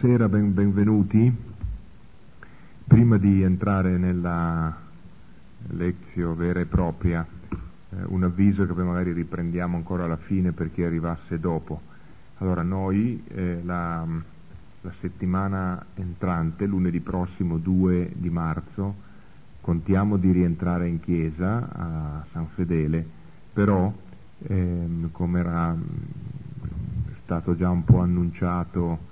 Buonasera, benvenuti. Prima di entrare nella lezione vera e propria, un avviso che poi magari riprendiamo ancora alla fine per chi arrivasse dopo. Allora, noi la settimana entrante, lunedì prossimo 2 di marzo, contiamo di rientrare in chiesa a San Fedele, però come era stato già un po' annunciato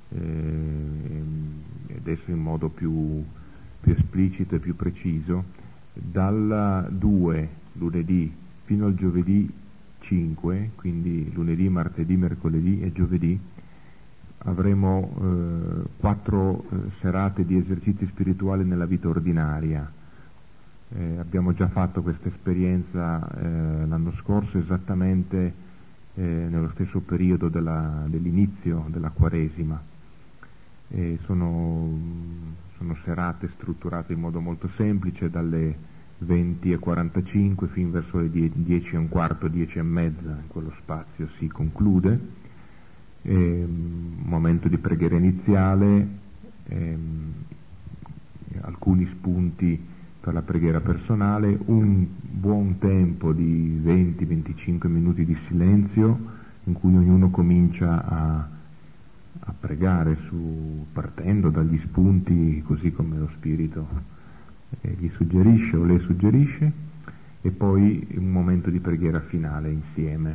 adesso in modo più esplicito e più preciso, dal 2 lunedì fino al giovedì 5, quindi lunedì, martedì, mercoledì e giovedì, avremo 4 serate di esercizi spirituali nella vita ordinaria. Abbiamo già fatto questa esperienza l'anno scorso, esattamente nello stesso periodo dell'inizio della Quaresima. Sono serate strutturate in modo molto semplice, dalle 20:45 fin verso le 10:15, 10:30, in quello spazio si conclude. Un momento di preghiera iniziale, alcuni spunti per la preghiera personale, un buon tempo di 20-25 minuti di silenzio in cui ognuno comincia a pregare partendo dagli spunti così come lo Spirito gli suggerisce o le suggerisce, e poi un momento di preghiera finale insieme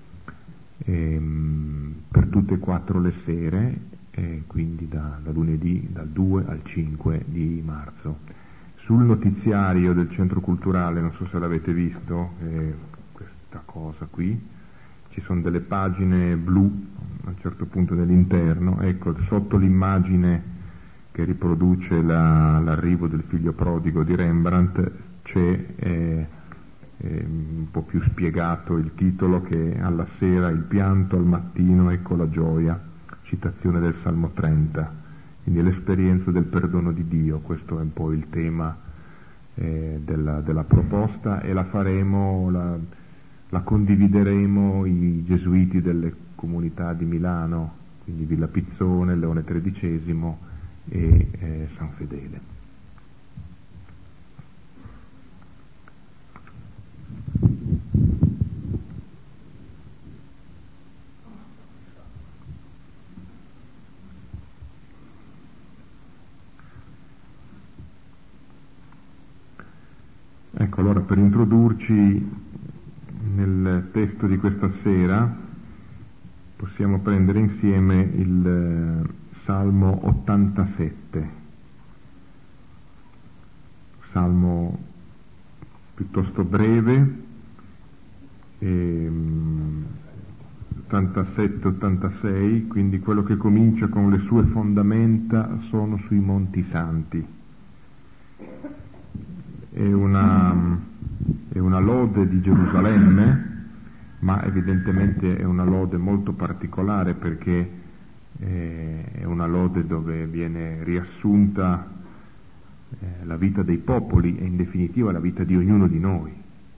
per tutte e 4 le sere, quindi da lunedì dal 2 al 5 di marzo. Sul notiziario del Centro Culturale, non so se l'avete visto, questa cosa qui, ci sono delle pagine blu a un certo punto dell'interno, ecco, sotto l'immagine che riproduce l'arrivo del figlio prodigo di Rembrandt c'è un po' più spiegato il titolo, che alla sera il pianto, al mattino ecco la gioia, citazione del Salmo 30, quindi l'esperienza del perdono di Dio. Questo è un po' il tema della proposta, e la faremo, la condivideremo i gesuiti delle comunità di Milano, quindi Villa Pizzone, Leone XIII e San Fedele. Ecco, allora, per introdurci nel testo di questa sera possiamo prendere insieme il Salmo 87, salmo piuttosto breve, 87-86, quindi quello che comincia con le sue fondamenta sono sui monti santi. È una lode di Gerusalemme, ma evidentemente è una lode molto particolare, perché è una lode dove viene riassunta la vita dei popoli e in definitiva la vita di ognuno di noi.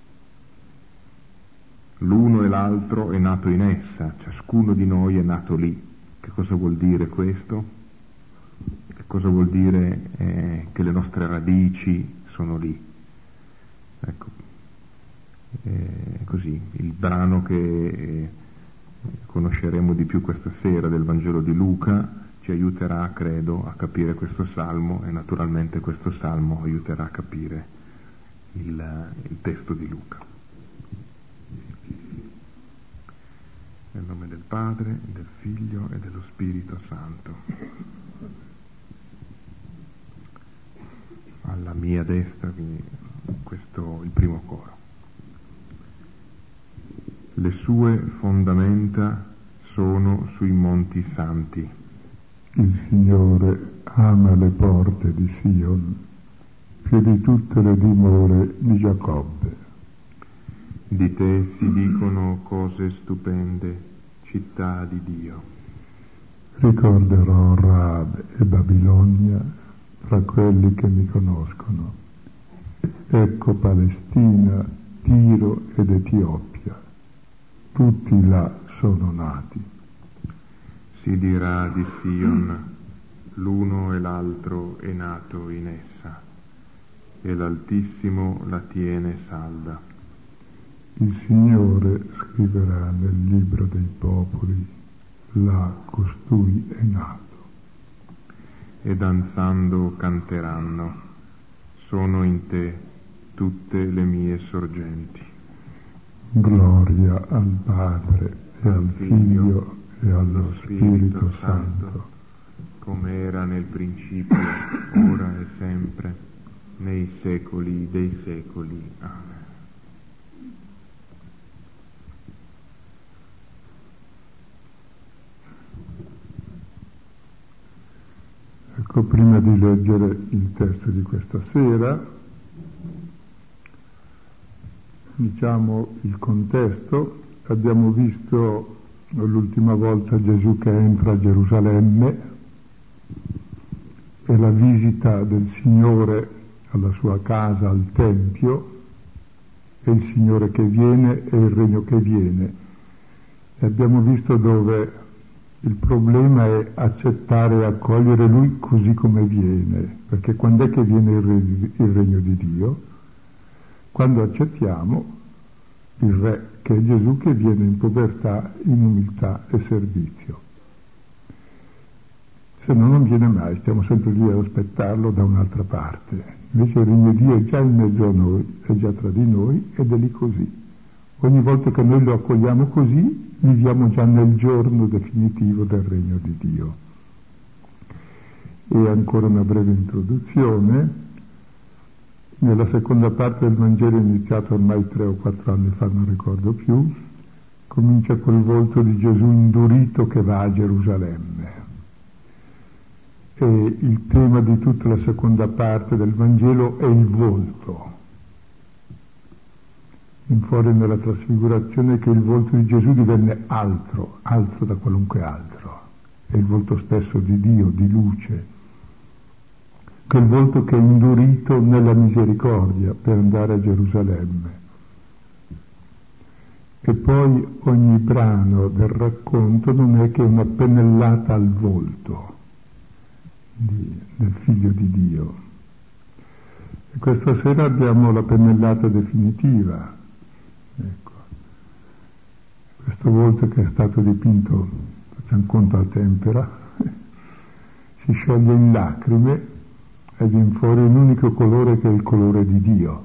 L'uno e l'altro è nato in essa, ciascuno di noi è nato lì. Che cosa vuol dire questo? Che cosa vuol dire che le nostre radici sono lì? Ecco, così il brano che conosceremo di più questa sera del Vangelo di Luca ci aiuterà, credo, a capire questo salmo, e naturalmente questo salmo aiuterà a capire il testo di Luca. Nel nome del Padre, del Figlio e dello Spirito Santo. Alla mia destra, quindi questo il primo coro. Le sue fondamenta sono sui monti santi. Il Signore ama le porte di Sion più di tutte le dimore di Giacobbe. Di te si dicono cose stupende, città di Dio. Ricorderò Raab e Babilonia fra quelli che mi conoscono. Ecco Palestina, Tiro ed Etiopia. Tutti là sono nati. Si dirà di Sion, l'uno e l'altro è nato in essa, e l'Altissimo la tiene salda. Il Signore scriverà nel libro dei popoli, là costui è nato. E danzando canteranno, sono in te tutte le mie sorgenti. Gloria al Padre e al Figlio e allo Spirito Santo, come era nel principio, ora e sempre, nei secoli dei secoli. Amen. Ecco, prima di leggere il testo di questa sera, diciamo il contesto. Abbiamo visto l'ultima volta Gesù che entra a Gerusalemme e la visita del Signore alla sua casa, al Tempio, e il Signore che viene e il regno che viene. E abbiamo visto dove il problema è accettare e accogliere Lui così come viene, perché quando è che viene il regno di Dio? Quando accettiamo il Re, che è Gesù, che viene in povertà, in umiltà e servizio. Se no non viene mai, stiamo sempre lì ad aspettarlo da un'altra parte. Invece il regno di Dio è già in mezzo a noi, è già tra di noi, ed è lì così. Ogni volta che noi lo accogliamo così, viviamo già nel giorno definitivo del regno di Dio. E ancora una breve introduzione. Nella seconda parte del Vangelo, iniziato ormai 3 o 4 anni fa, non ricordo più, comincia col volto di Gesù indurito che va a Gerusalemme. E il tema di tutta la seconda parte del Vangelo è il volto. In fuori nella trasfigurazione che il volto di Gesù divenne altro da qualunque altro. È il volto stesso di Dio, di luce. Quel volto che è indurito nella misericordia per andare a Gerusalemme. E poi ogni brano del racconto non è che una pennellata al volto del Figlio di Dio. E questa sera abbiamo la pennellata definitiva. Ecco. Questo volto che è stato dipinto, facciamo conto, a tempera, si scioglie in lacrime e viene fuori un unico colore che è il colore di Dio,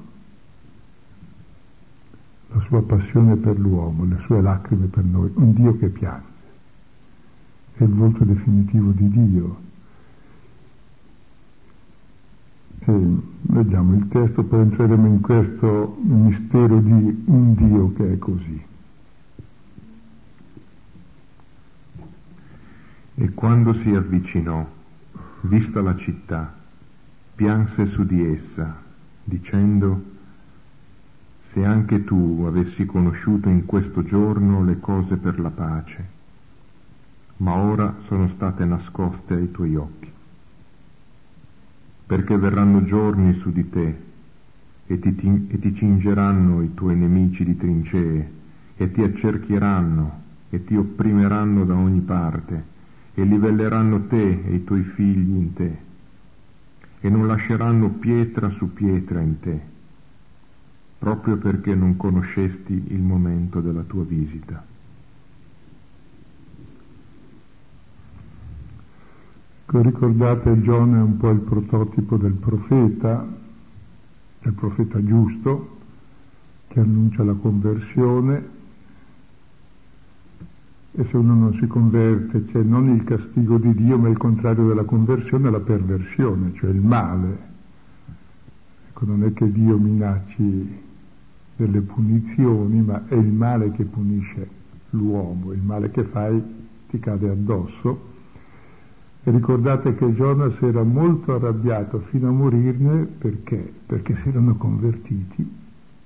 la sua passione per l'uomo, le sue lacrime per noi, un Dio che piange, è il volto definitivo di Dio. E leggiamo il testo, poi entreremo in questo mistero di un Dio che è così. E quando si avvicinò, vista la città, pianse su di essa, dicendo: se anche tu avessi conosciuto in questo giorno le cose per la pace, ma ora sono state nascoste ai tuoi occhi. Perché verranno giorni su di te e ti cingeranno i tuoi nemici di trincee e ti accerchieranno e ti opprimeranno da ogni parte e livelleranno te e i tuoi figli in te e non lasceranno pietra su pietra in te, proprio perché non conoscesti il momento della tua visita. Ricordate, Giona è un po' il prototipo del profeta giusto, che annuncia la conversione, e se uno non si converte c'è non il castigo di Dio, ma il contrario della conversione, la perversione, cioè il male. Ecco, non è che Dio minacci delle punizioni, ma è il male che punisce l'uomo, il male che fai ti cade addosso. E ricordate che Giona si era molto arrabbiato fino a morirne perché si erano convertiti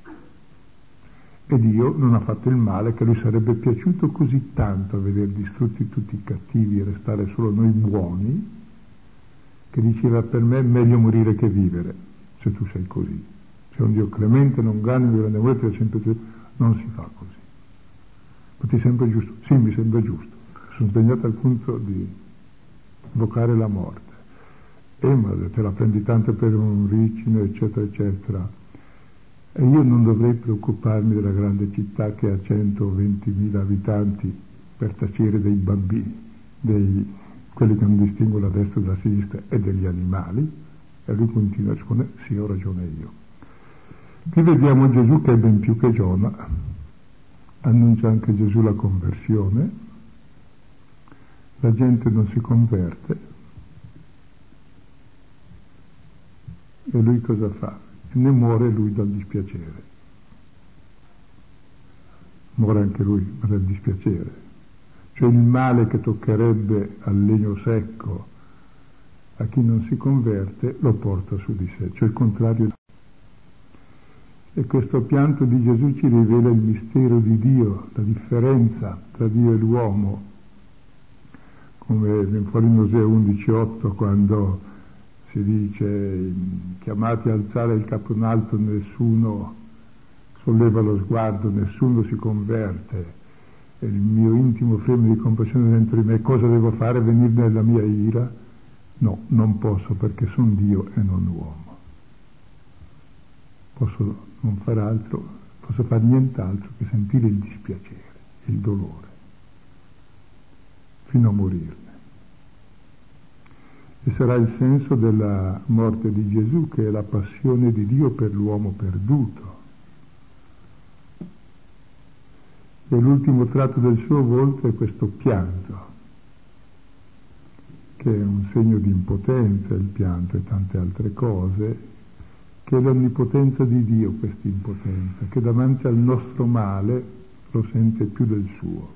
e Dio non ha fatto il male che lui sarebbe piaciuto così tanto a vedere distrutti tutti i cattivi e restare solo noi buoni, che diceva: per me è meglio morire che vivere, se tu sei così. Se un Dio clemente, non grande, grande volete, sempre non si fa così. Ma ti sembra giusto? Sì, mi sembra giusto. Sono sdegnato al punto di invocare la morte. ma te la prendi tanto per un ricino, eccetera, eccetera. E io non dovrei preoccuparmi della grande città che ha 120.000 abitanti per tacere dei bambini, quelli che non distinguono la destra dalla sinistra e degli animali. E lui continua a rispondere, sì, ho ragione io. Qui vediamo Gesù che è ben più che Giona, annuncia anche Gesù la conversione, la gente non si converte, e lui cosa fa? Ne muore lui dal dispiacere. Muore anche lui dal dispiacere. Cioè il male che toccherebbe al legno secco a chi non si converte lo porta su di sé, cioè il contrario. E questo pianto di Gesù ci rivela il mistero di Dio, la differenza tra Dio e l'uomo, come viene fuori in Osea 11,8 quando si dice chiamati a alzare il capo in alto, nessuno solleva lo sguardo, nessuno si converte, e il mio intimo freme di compassione dentro di me, cosa devo fare? Venire nella mia ira? No, non posso, perché sono Dio e non uomo. Posso non fare altro, posso fare nient'altro che sentire il dispiacere, il dolore, fino a morirne. E sarà il senso della morte di Gesù, che è la passione di Dio per l'uomo perduto. E l'ultimo tratto del suo volto è questo pianto, che è un segno di impotenza, il pianto e tante altre cose, che è l'onnipotenza di Dio, questa impotenza, che davanti al nostro male lo sente più del suo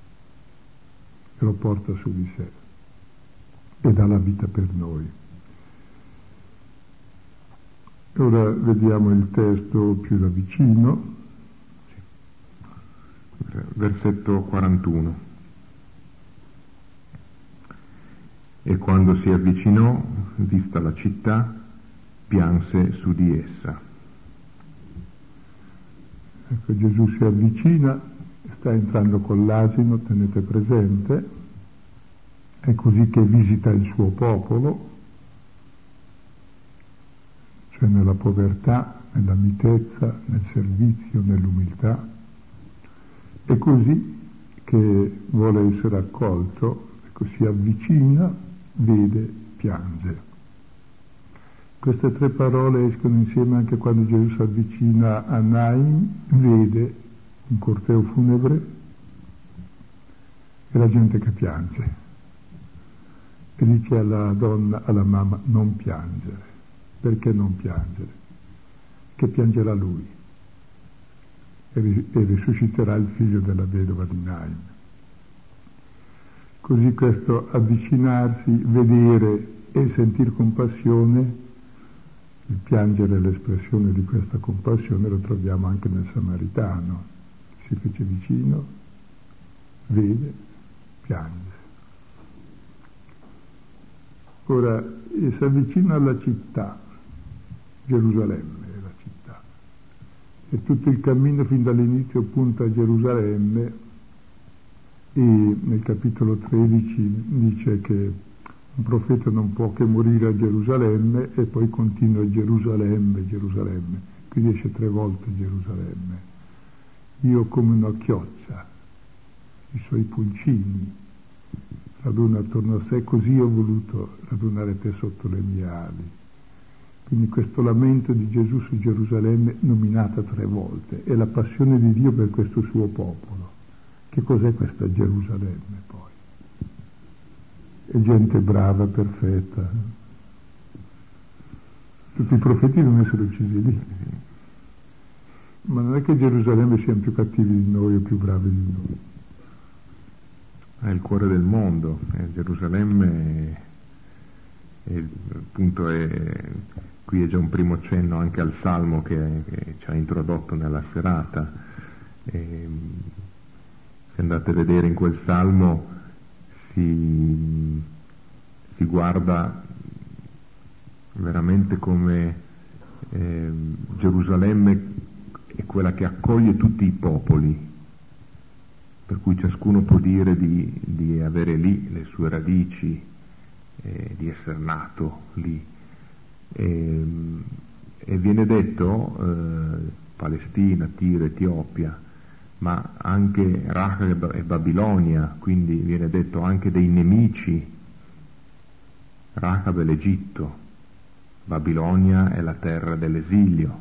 e lo porta su di sé e dà la vita per noi. Ora vediamo il testo più da vicino. Versetto 41. E quando si avvicinò, vista la città, pianse su di essa. Ecco, Gesù si avvicina, sta entrando con l'asino, tenete presente, è così che visita il suo popolo, cioè nella povertà, nella mitezza, nel servizio, nell'umiltà. È così che vuole essere accolto, ecco, si avvicina, vede, piange. Queste tre parole escono insieme anche quando Gesù si avvicina a Nain, vede un corteo funebre e la gente che piange. E dice alla donna, alla mamma, non piangere. Perché non piangere? Che piangerà lui e risusciterà il figlio della vedova di Nain. Così questo avvicinarsi, vedere e sentir compassione, il piangere, l'espressione di questa compassione lo troviamo anche nel Samaritano. Si fece vicino, vede, piange. Ora, si avvicina alla città, Gerusalemme è la città, e tutto il cammino fin dall'inizio punta a Gerusalemme, e nel capitolo 13 dice che un profeta non può che morire a Gerusalemme, e poi continua Gerusalemme, Gerusalemme, quindi esce 3 volte Gerusalemme. Io come una chioccia, i suoi pulcini raduna attorno a sé, così ho voluto radunare te sotto le mie ali. Quindi questo lamento di Gesù su Gerusalemme, nominata 3 volte, è la passione di Dio per questo suo popolo. Che cos'è questa Gerusalemme poi? È gente brava, perfetta. Tutti i profeti devono essere uccisi lì. Ma non è che Gerusalemme siano più cattivi di noi o più bravi di noi. È il cuore del mondo, Gerusalemme appunto qui è già un primo cenno anche al Salmo che ci ha introdotto nella serata. Se andate a vedere in quel Salmo si guarda veramente come Gerusalemme è quella che accoglie tutti i popoli, per cui ciascuno può dire di avere lì le sue radici, di essere nato lì. E viene detto Palestina, Tiro, Etiopia, ma anche Raqqa e Babilonia, quindi viene detto anche dei nemici. Raqqa è l'Egitto, Babilonia è la terra dell'esilio,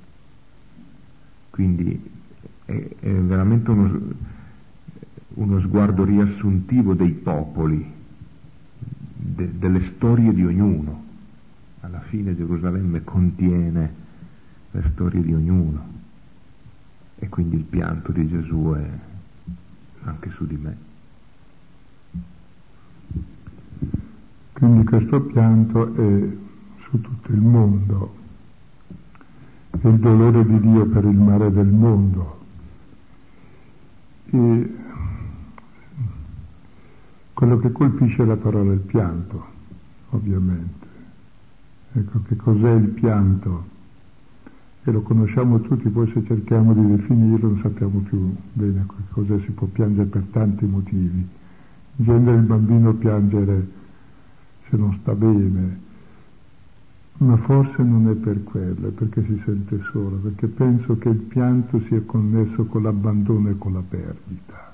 quindi è veramente uno sguardo riassuntivo dei popoli, delle storie di ognuno. Alla fine Gerusalemme contiene le storie di ognuno, e quindi il pianto di Gesù è anche su di me. Quindi questo pianto è su tutto il mondo, è il dolore di Dio per il male del mondo. E quello che colpisce è la parola il pianto, ovviamente. Ecco, che cos'è il pianto? E lo conosciamo tutti, poi se cerchiamo di definirlo non sappiamo più bene cos'è, si può piangere per tanti motivi. In genere il bambino piangere se non sta bene, ma forse non è per quello, è perché si sente solo, perché penso che il pianto sia connesso con l'abbandono e con la perdita.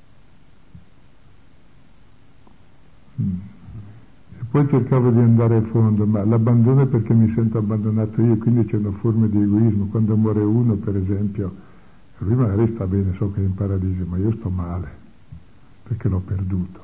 E poi cercavo di andare a fondo, ma l'abbandono è perché mi sento abbandonato io, quindi c'è una forma di egoismo. Quando muore uno, per esempio, lui magari sta bene, so che è in paradiso, ma io sto male, perché l'ho perduto.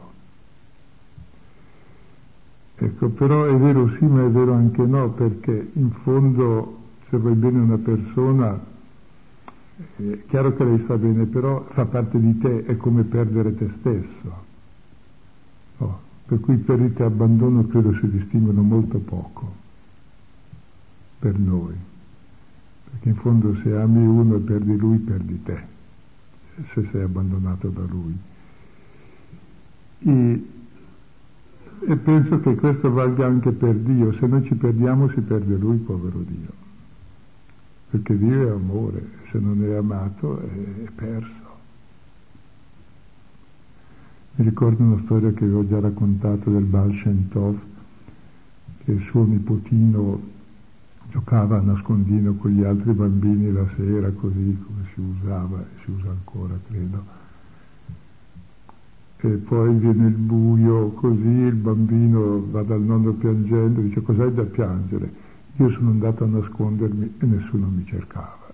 Ecco, però è vero sì, ma è vero anche no, perché in fondo se vuoi bene una persona, è chiaro che lei sta bene, però fa parte di te, è come perdere te stesso. Oh, per cui perdita e abbandono credo si distinguono molto poco per noi, perché in fondo se ami uno e perdi lui, perdi te, se sei abbandonato da lui. E penso che questo valga anche per Dio. Se noi ci perdiamo si perde Lui, povero Dio, perché Dio è amore, se non è amato è perso. Mi ricordo una storia che vi ho già raccontato del Baal Shem Tov, che il suo nipotino giocava a nascondino con gli altri bambini la sera, così come si usava e si usa ancora, credo. E poi viene il buio, così il bambino va dal nonno piangendo, dice: cos'hai da piangere? Io sono andato a nascondermi e nessuno mi cercava.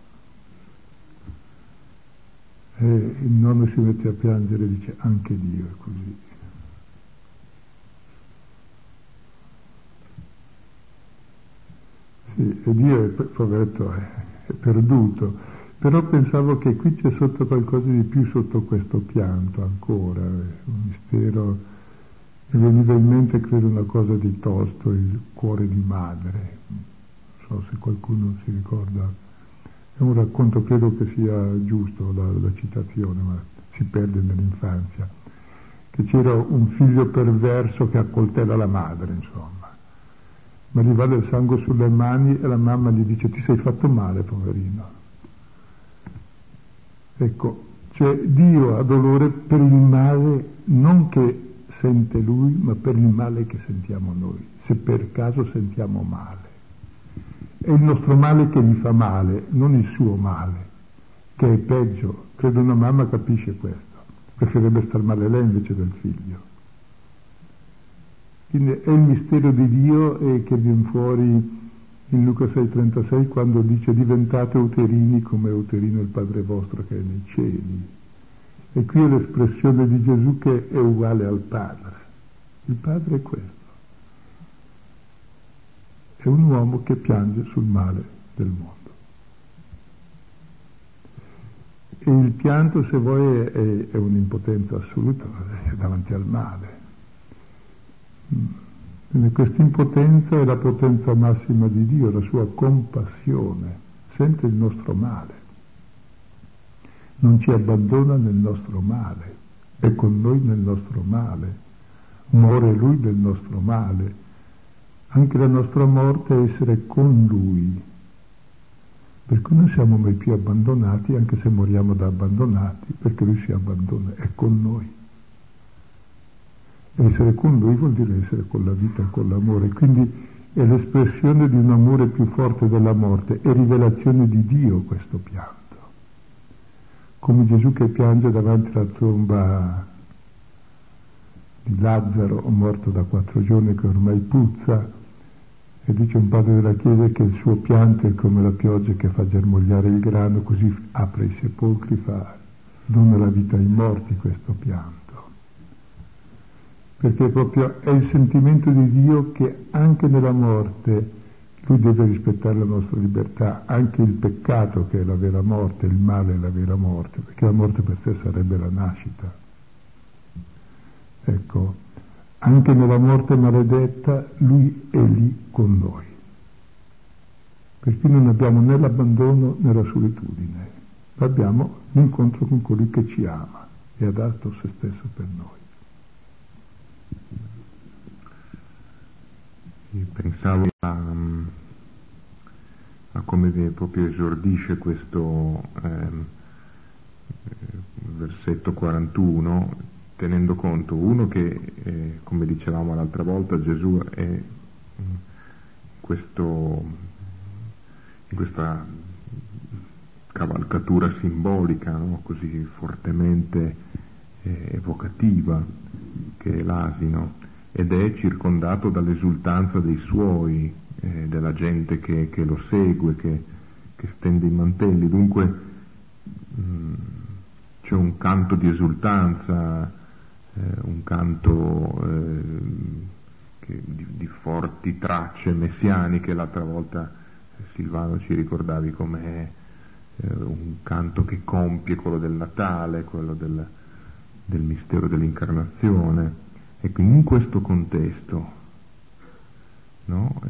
E il nonno si mette a piangere e dice: anche Dio è così. Sì, e Dio è, poveretto, è perduto. Però pensavo che qui c'è sotto qualcosa di più sotto questo pianto ancora, un mistero. Mi veniva in mente, credo, una cosa di Tolstoi, il cuore di madre. Non so se qualcuno si ricorda. È un racconto, credo che sia giusto la citazione, ma si perde nell'infanzia. Che c'era un figlio perverso che accoltella la madre, insomma. Ma gli va del sangue sulle mani e la mamma gli dice: ti sei fatto male, poverino. Ecco, cioè Dio ha dolore per il male non che sente Lui, ma per il male che sentiamo noi, se per caso sentiamo male. È il nostro male che gli fa male, non il suo male, che è peggio. Credo una mamma capisce questo, preferirebbe star male lei invece del figlio. Quindi è il mistero di Dio che viene fuori in Luca 6,36, quando dice: diventate uterini come è uterino il Padre vostro che è nei cieli. E qui è l'espressione di Gesù che è uguale al Padre. Il Padre è questo. È un uomo che piange sul male del mondo. E il pianto, se vuoi, è un'impotenza assoluta davanti al male. Quindi questa impotenza è la potenza massima di Dio, la sua compassione, sente il nostro male, non ci abbandona nel nostro male, è con noi nel nostro male, muore Lui del nostro male, anche la nostra morte è essere con Lui, per cui non siamo mai più abbandonati, anche se moriamo da abbandonati, perché Lui si abbandona, è con noi. Essere con Lui vuol dire essere con la vita e con l'amore, quindi è l'espressione di un amore più forte della morte, è rivelazione di Dio questo pianto. Come Gesù che piange davanti alla tomba di Lazzaro, morto da 4 giorni, che ormai puzza, e dice un padre della Chiesa che il suo pianto è come la pioggia che fa germogliare il grano, così apre i sepolcri, dona la vita ai morti questo pianto. Perché proprio è il sentimento di Dio che anche nella morte Lui deve rispettare la nostra libertà, anche il peccato che è la vera morte, il male è la vera morte, perché la morte per sé sarebbe la nascita. Ecco, anche nella morte maledetta Lui è lì con noi. Perché non abbiamo né l'abbandono né la solitudine, abbiamo l'incontro con colui che ci ama e ha dato se stesso per noi. Pensavo a come proprio esordisce questo versetto 41, tenendo conto, uno, che come dicevamo l'altra volta, Gesù è in questa cavalcatura simbolica, no? Così fortemente evocativa, che è l'asino, ed è circondato dall'esultanza dei suoi, della gente che lo segue, che stende i mantelli. Dunque c'è un canto di esultanza, un canto di forti tracce messianiche. L'altra volta, Silvano, ci ricordavi com'è un canto che compie quello del Natale, quello del mistero dell'incarnazione. E quindi in questo contesto, no,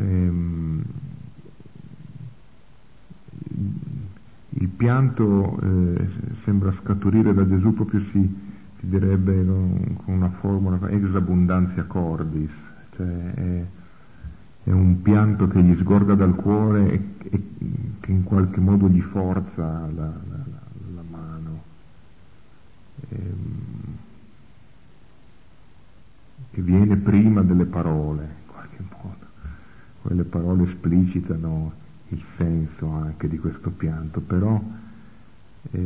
il pianto sembra scaturire da Gesù, proprio si direbbe con una formula ex abundantia cordis, cioè è un pianto che gli sgorga dal cuore e che in qualche modo gli forza la mano, che viene prima delle parole, in qualche modo. Quelle parole esplicitano il senso anche di questo pianto, però è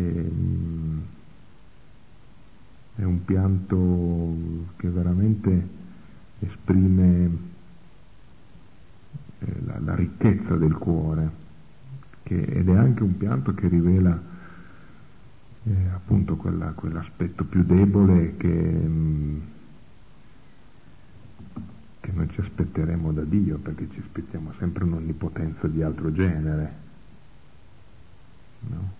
un pianto che veramente esprime la ricchezza del cuore, ed è anche un pianto che rivela appunto quell'aspetto più debole che noi ci aspetteremo da Dio, perché ci aspettiamo sempre un'onnipotenza di altro genere, no?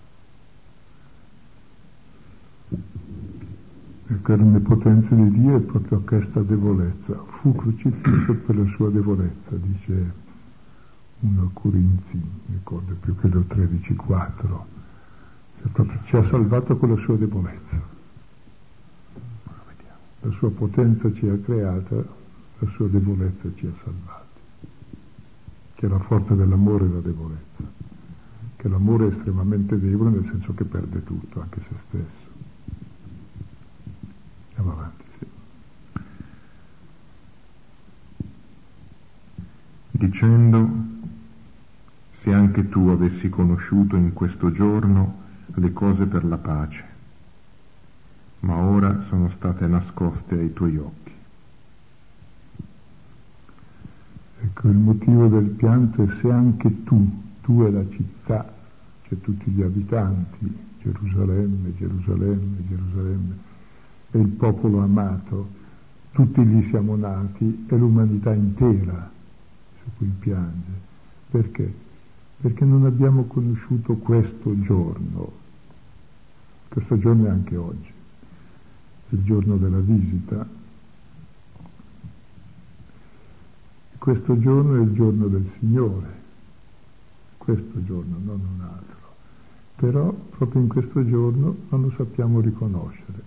Perché l'onnipotenza di Dio è proprio questa debolezza. Fu crocifisso per la sua debolezza, dice 1 Corinzi, mi ricordo più che lo 13,4. Cioè, proprio ci ha salvato con la sua debolezza. La sua potenza ci ha creata, la sua debolezza ci ha salvati. Che è la forza dell'amore e la debolezza. Che l'amore è estremamente debole nel senso che perde tutto, anche se stesso. Andiamo avanti, sì. Dicendo: se anche tu avessi conosciuto in questo giorno le cose per la pace, ma ora sono state nascoste ai tuoi occhi. Ecco, il motivo del pianto è se anche tu e la città, cioè tutti gli abitanti, Gerusalemme, Gerusalemme, Gerusalemme, e il popolo amato, tutti lì siamo nati, è l'umanità intera su cui piange. Perché? Perché non abbiamo conosciuto questo giorno. Questo giorno è anche oggi, il giorno della visita. Questo giorno è il giorno del Signore, questo giorno, non un altro. Però proprio in questo giorno non lo sappiamo riconoscere.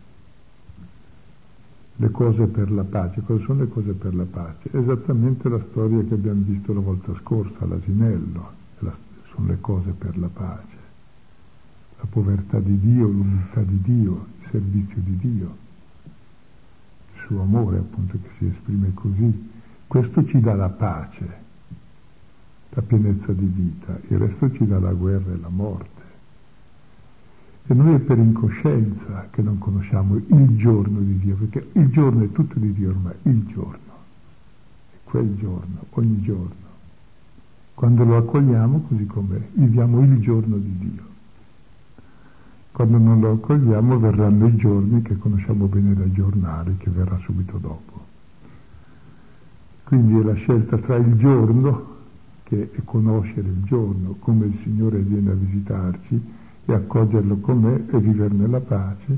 Le cose per la pace. Cosa sono le cose per la pace? È esattamente la storia che abbiamo visto la volta scorsa, all'asinello. Sono le cose per la pace. La povertà di Dio, l'umiltà di Dio, il servizio di Dio. suo amore, appunto, che si esprime così. Questo ci dà la pace, la pienezza di vita, il resto ci dà la guerra e la morte. E noi è per incoscienza che non conosciamo il giorno di Dio, perché il giorno è tutto di Dio ormai, il giorno, è quel giorno, ogni giorno. Quando lo accogliamo così com'è, viviamo il giorno di Dio. Quando non lo accogliamo verranno i giorni che conosciamo bene dai giornali, che verrà subito dopo. Quindi è la scelta tra il giorno, che è conoscere il giorno, come il Signore viene a visitarci, e accoglierlo com'è e vivere nella pace,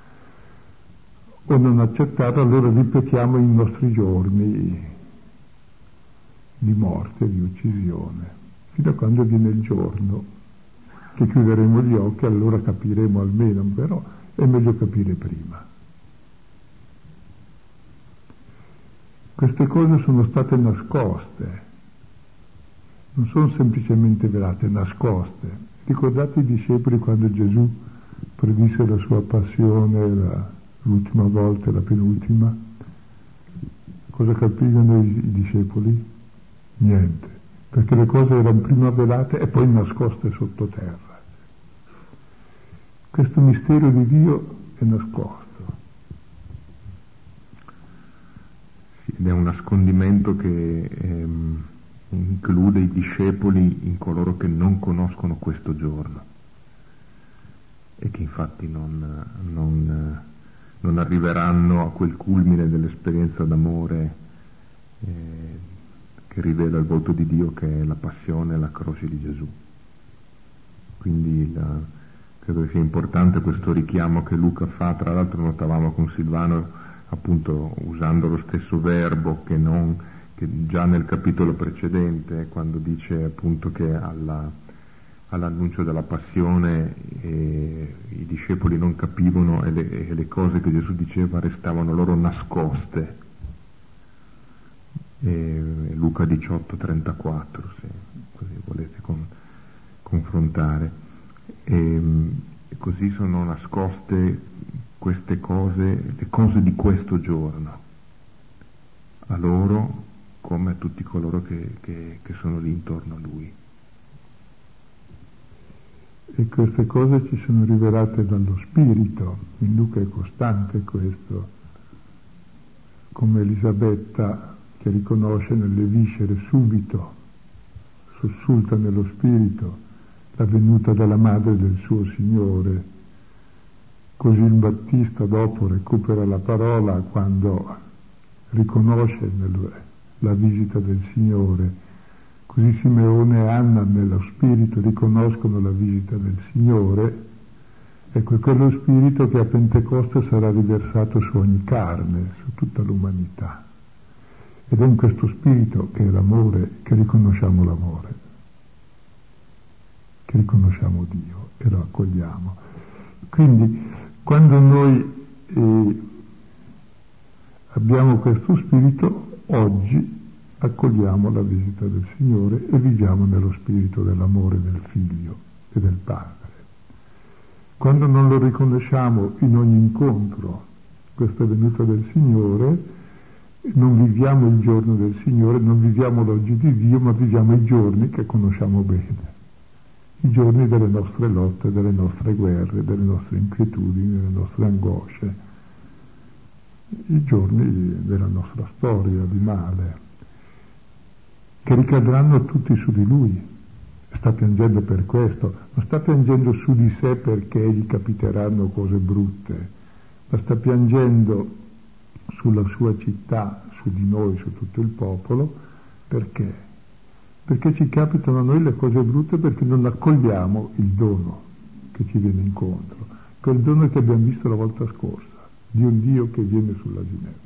o non accettarlo, allora ripetiamo i nostri giorni di morte, di uccisione, fino a quando viene il giorno che chiuderemo gli occhi, allora capiremo almeno, però è meglio capire prima. Queste cose sono state nascoste, non sono semplicemente velate, nascoste. Ricordate i discepoli quando Gesù predisse la sua passione l'ultima volta e la penultima? Cosa capivano i discepoli? Niente, perché le cose erano prima velate e poi nascoste sottoterra. Questo mistero di Dio è nascosto. Sì, ed è un nascondimento che include i discepoli in coloro che non conoscono questo giorno e che infatti non arriveranno a quel culmine dell'esperienza d'amore che rivela il volto di Dio, che è la passione e la croce di Gesù. Quindi credo che sia importante questo richiamo che Luca fa. Tra l'altro notavamo con Silvano, appunto, usando lo stesso verbo che già nel capitolo precedente, quando dice appunto che all'annuncio della passione i discepoli non capivano e le cose che Gesù diceva restavano loro nascoste. Luca 18:34, se così volete confrontare. E così sono nascoste queste cose, le cose di questo giorno, a loro come a tutti coloro che sono lì intorno a Lui. E queste cose ci sono rivelate dallo Spirito. In Luca è costante questo, come Elisabetta che riconosce nelle viscere subito, sussulta nello Spirito, la venuta della madre del suo Signore. Così il Battista dopo recupera la parola quando riconosce la visita del Signore. Così Simeone e Anna nello Spirito riconoscono la visita del Signore. Ecco, è quello Spirito che a Pentecoste sarà riversato su ogni carne, su tutta l'umanità. Ed è in questo Spirito, che è l'amore, che riconosciamo l'amore, che riconosciamo Dio e lo accogliamo. Quindi quando noi abbiamo questo Spirito, oggi accogliamo la visita del Signore e viviamo nello spirito dell'amore del Figlio e del Padre. Quando non lo riconosciamo in ogni incontro, questa venuta del Signore, non viviamo il giorno del Signore, non viviamo l'oggi di Dio, ma viviamo i giorni che conosciamo bene, i giorni delle nostre lotte, delle nostre guerre, delle nostre inquietudini, delle nostre angosce, i giorni della nostra storia di male, che ricadranno tutti su di Lui. Sta piangendo per questo, non sta piangendo su di sé perché gli capiteranno cose brutte, ma sta piangendo sulla sua città, su di noi, su tutto il popolo. Perché? Perché ci capitano a noi le cose brutte, perché non accogliamo il dono che ci viene incontro, quel dono che abbiamo visto la volta scorsa, di un Dio che viene sull'asinello.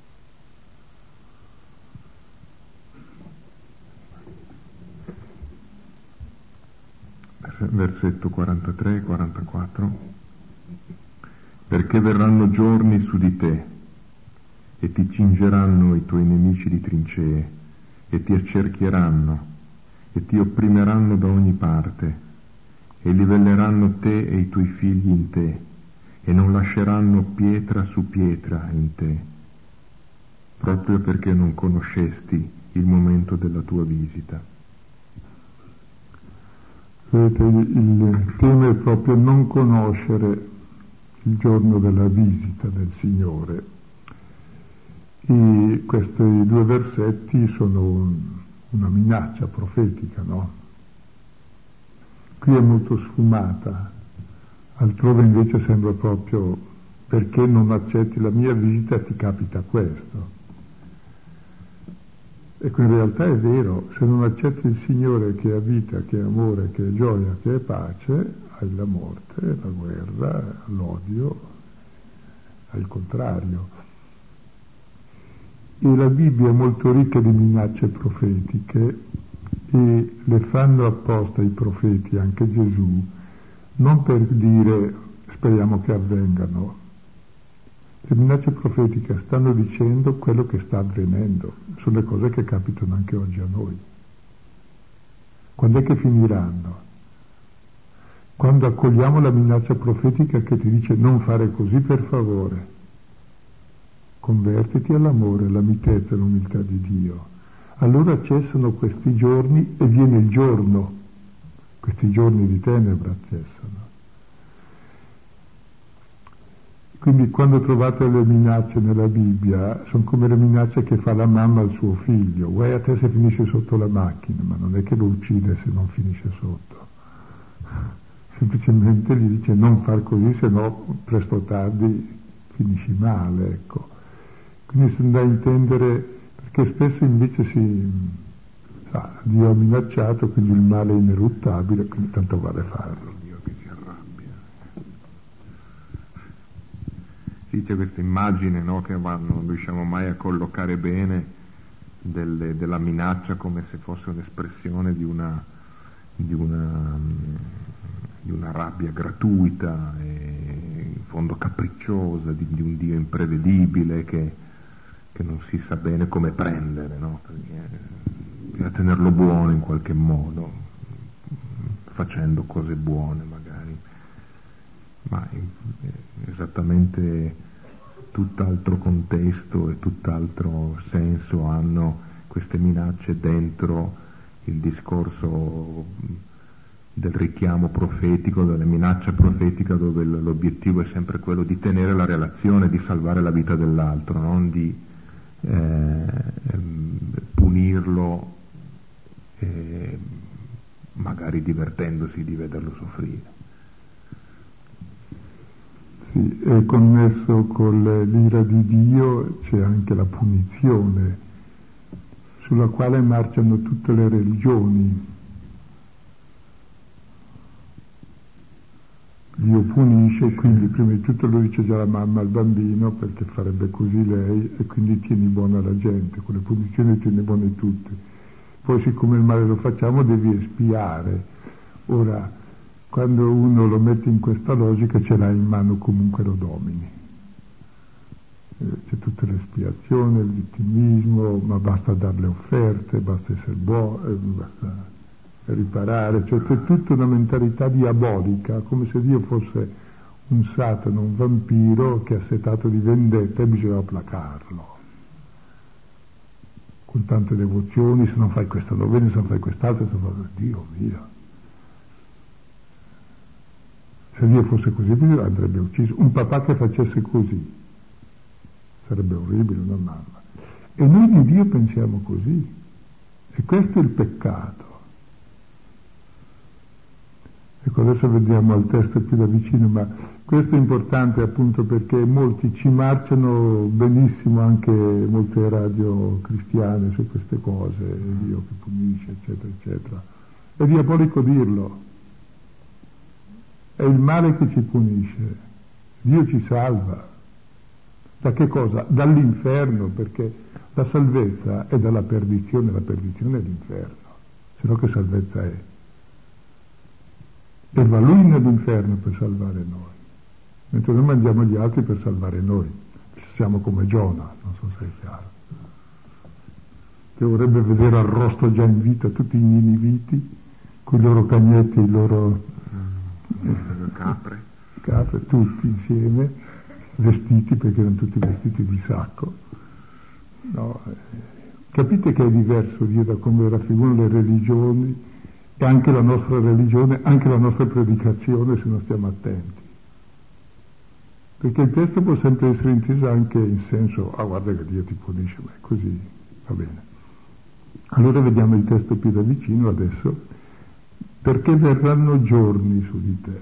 Versetto 43 e 44. Perché verranno giorni su di te e ti cingeranno i tuoi nemici di trincee e ti accerchieranno e ti opprimeranno da ogni parte e livelleranno te e i tuoi figli in te e non lasceranno pietra su pietra in te proprio perché non conoscesti il momento della tua visita. Vedete, il tema è proprio non conoscere il giorno della visita del Signore. E questi due versetti sono una minaccia profetica, no? Qui è molto sfumata, altrove invece sembra proprio: perché non accetti la mia visita ti capita questo. Ecco, in realtà è vero, se non accetti il Signore che è vita, che è amore, che è gioia, che è pace, hai la morte, la guerra, l'odio, hai il contrario. E la Bibbia è molto ricca di minacce profetiche e le fanno apposta i profeti, anche Gesù, non per dire speriamo che avvengano. Le minacce profetiche stanno dicendo quello che sta avvenendo, sono le cose che capitano anche oggi a noi. Quando è che finiranno? Quando accogliamo la minaccia profetica che ti dice non fare così per favore, convertiti all'amore, alla mitezza e all'umiltà di Dio. Allora cessano questi giorni e viene il giorno, questi giorni di tenebra cessano. Quindi quando trovate le minacce nella Bibbia, sono come le minacce che fa la mamma al suo figlio: guai a te se finisce sotto la macchina, ma non è che lo uccide se non finisce sotto. Semplicemente gli dice non far così, se no presto o tardi finisci male, ecco. Quindi sono da intendere, perché spesso invece Dio ha minacciato, quindi il male è ineruttabile, quindi tanto vale farlo. Sì, c'è questa immagine, no, che non riusciamo mai a collocare bene della minaccia come se fosse un'espressione di una rabbia gratuita e in fondo capricciosa, di un Dio imprevedibile che non si sa bene come prendere, no? Perché bisogna tenerlo buono in qualche modo, facendo cose buone magari. Ma esattamente tutt'altro contesto e tutt'altro senso hanno queste minacce dentro il discorso del richiamo profetico, della minaccia profetica, dove l'obiettivo è sempre quello di tenere la relazione, di salvare la vita dell'altro, non di punirlo, magari divertendosi di vederlo soffrire. Sì, e connesso con l'ira di Dio c'è anche la punizione, sulla quale marciano tutte le religioni. Dio punisce, quindi prima di tutto lo dice già la mamma al bambino, perché farebbe così lei, e quindi tieni buona la gente, con le punizioni tieni buone tutte. Poi siccome il male lo facciamo devi espiare. Ora, quando uno lo mette in questa logica ce l'ha in mano, comunque lo domini. C'è tutta l'espiazione, il vittimismo, ma basta dare le offerte, basta essere buono, basta riparare, cioè c'è tutta una mentalità diabolica, come se Dio fosse un Satana, un vampiro che è assetato di vendetta e bisogna placarlo. Con tante devozioni, se non fai questo non bene, se non fai quest'altro, se non fai... Dio mio! Se Dio fosse così, andrebbe ucciso. Un papà che facesse così sarebbe orribile, una mamma. E noi di Dio pensiamo così. E questo è il peccato. Ecco, adesso vediamo al testo più da vicino, ma questo è importante appunto perché molti ci marciano benissimo, anche molte radio cristiane, su queste cose, Dio che punisce, eccetera, eccetera. È diabolico dirlo. È il male che ci punisce, Dio ci salva. Da che cosa? Dall'inferno, perché la salvezza è dalla perdizione, la perdizione è l'inferno, se no che salvezza è? E va lui nell'inferno per salvare noi, mentre noi mangiamo gli altri per salvare noi. Siamo come Giona, non so se è chiaro, che vorrebbe vedere arrosto già in vita tutti i niniviti, con i loro cagnetti, i loro... capre tutti insieme, vestiti, perché erano tutti vestiti di sacco, No, capite che è diverso Dio da come raffigurano le religioni e anche la nostra religione, anche la nostra predicazione, se non stiamo attenti. Perché il testo può sempre essere inteso anche in senso, guarda che Dio ti punisce, ma è così, va bene. Allora vediamo il testo più da vicino adesso, perché verranno giorni su di te.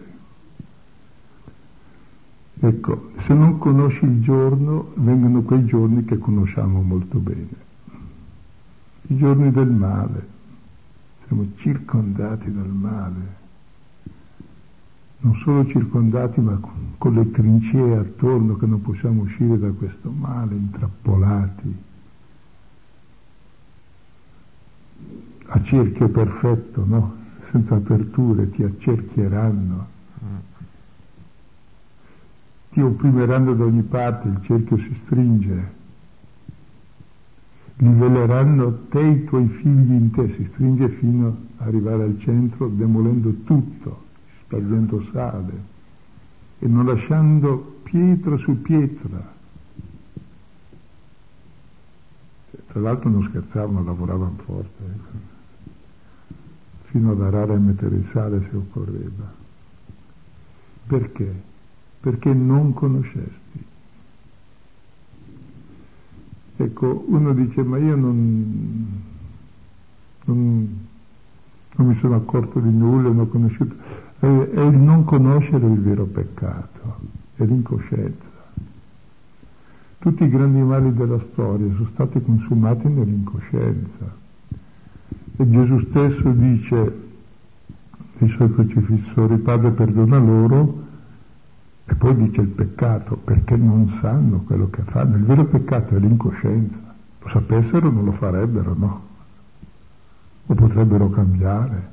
Ecco, se non conosci il giorno, vengono quei giorni che conosciamo molto bene. I giorni del male. Siamo circondati dal male. Non solo circondati, ma con le trincee attorno che non possiamo uscire da questo male, intrappolati. A cerchio perfetto, no? Senza aperture, ti accerchieranno. Ti opprimeranno da ogni parte, il cerchio si stringe. Livelleranno te e i tuoi figli in te, si stringe fino ad arrivare al centro, demolendo tutto, spargendo sale e non lasciando pietra su pietra. Tra l'altro non scherzavano, lavoravano forte, fino ad arare e mettere il sale se occorreva. Perché? Perché non conoscesti. Ecco, uno dice, ma io non mi sono accorto di nulla, non ho conosciuto. È il non conoscere il vero peccato, è l'incoscienza. Tutti i grandi mali della storia sono stati consumati nell'incoscienza. E Gesù stesso dice ai suoi crocifissori, Padre perdona loro, e poi dice il peccato, perché non sanno quello che fanno. Il vero peccato è l'incoscienza. Lo sapessero non lo farebbero, no? O potrebbero cambiare.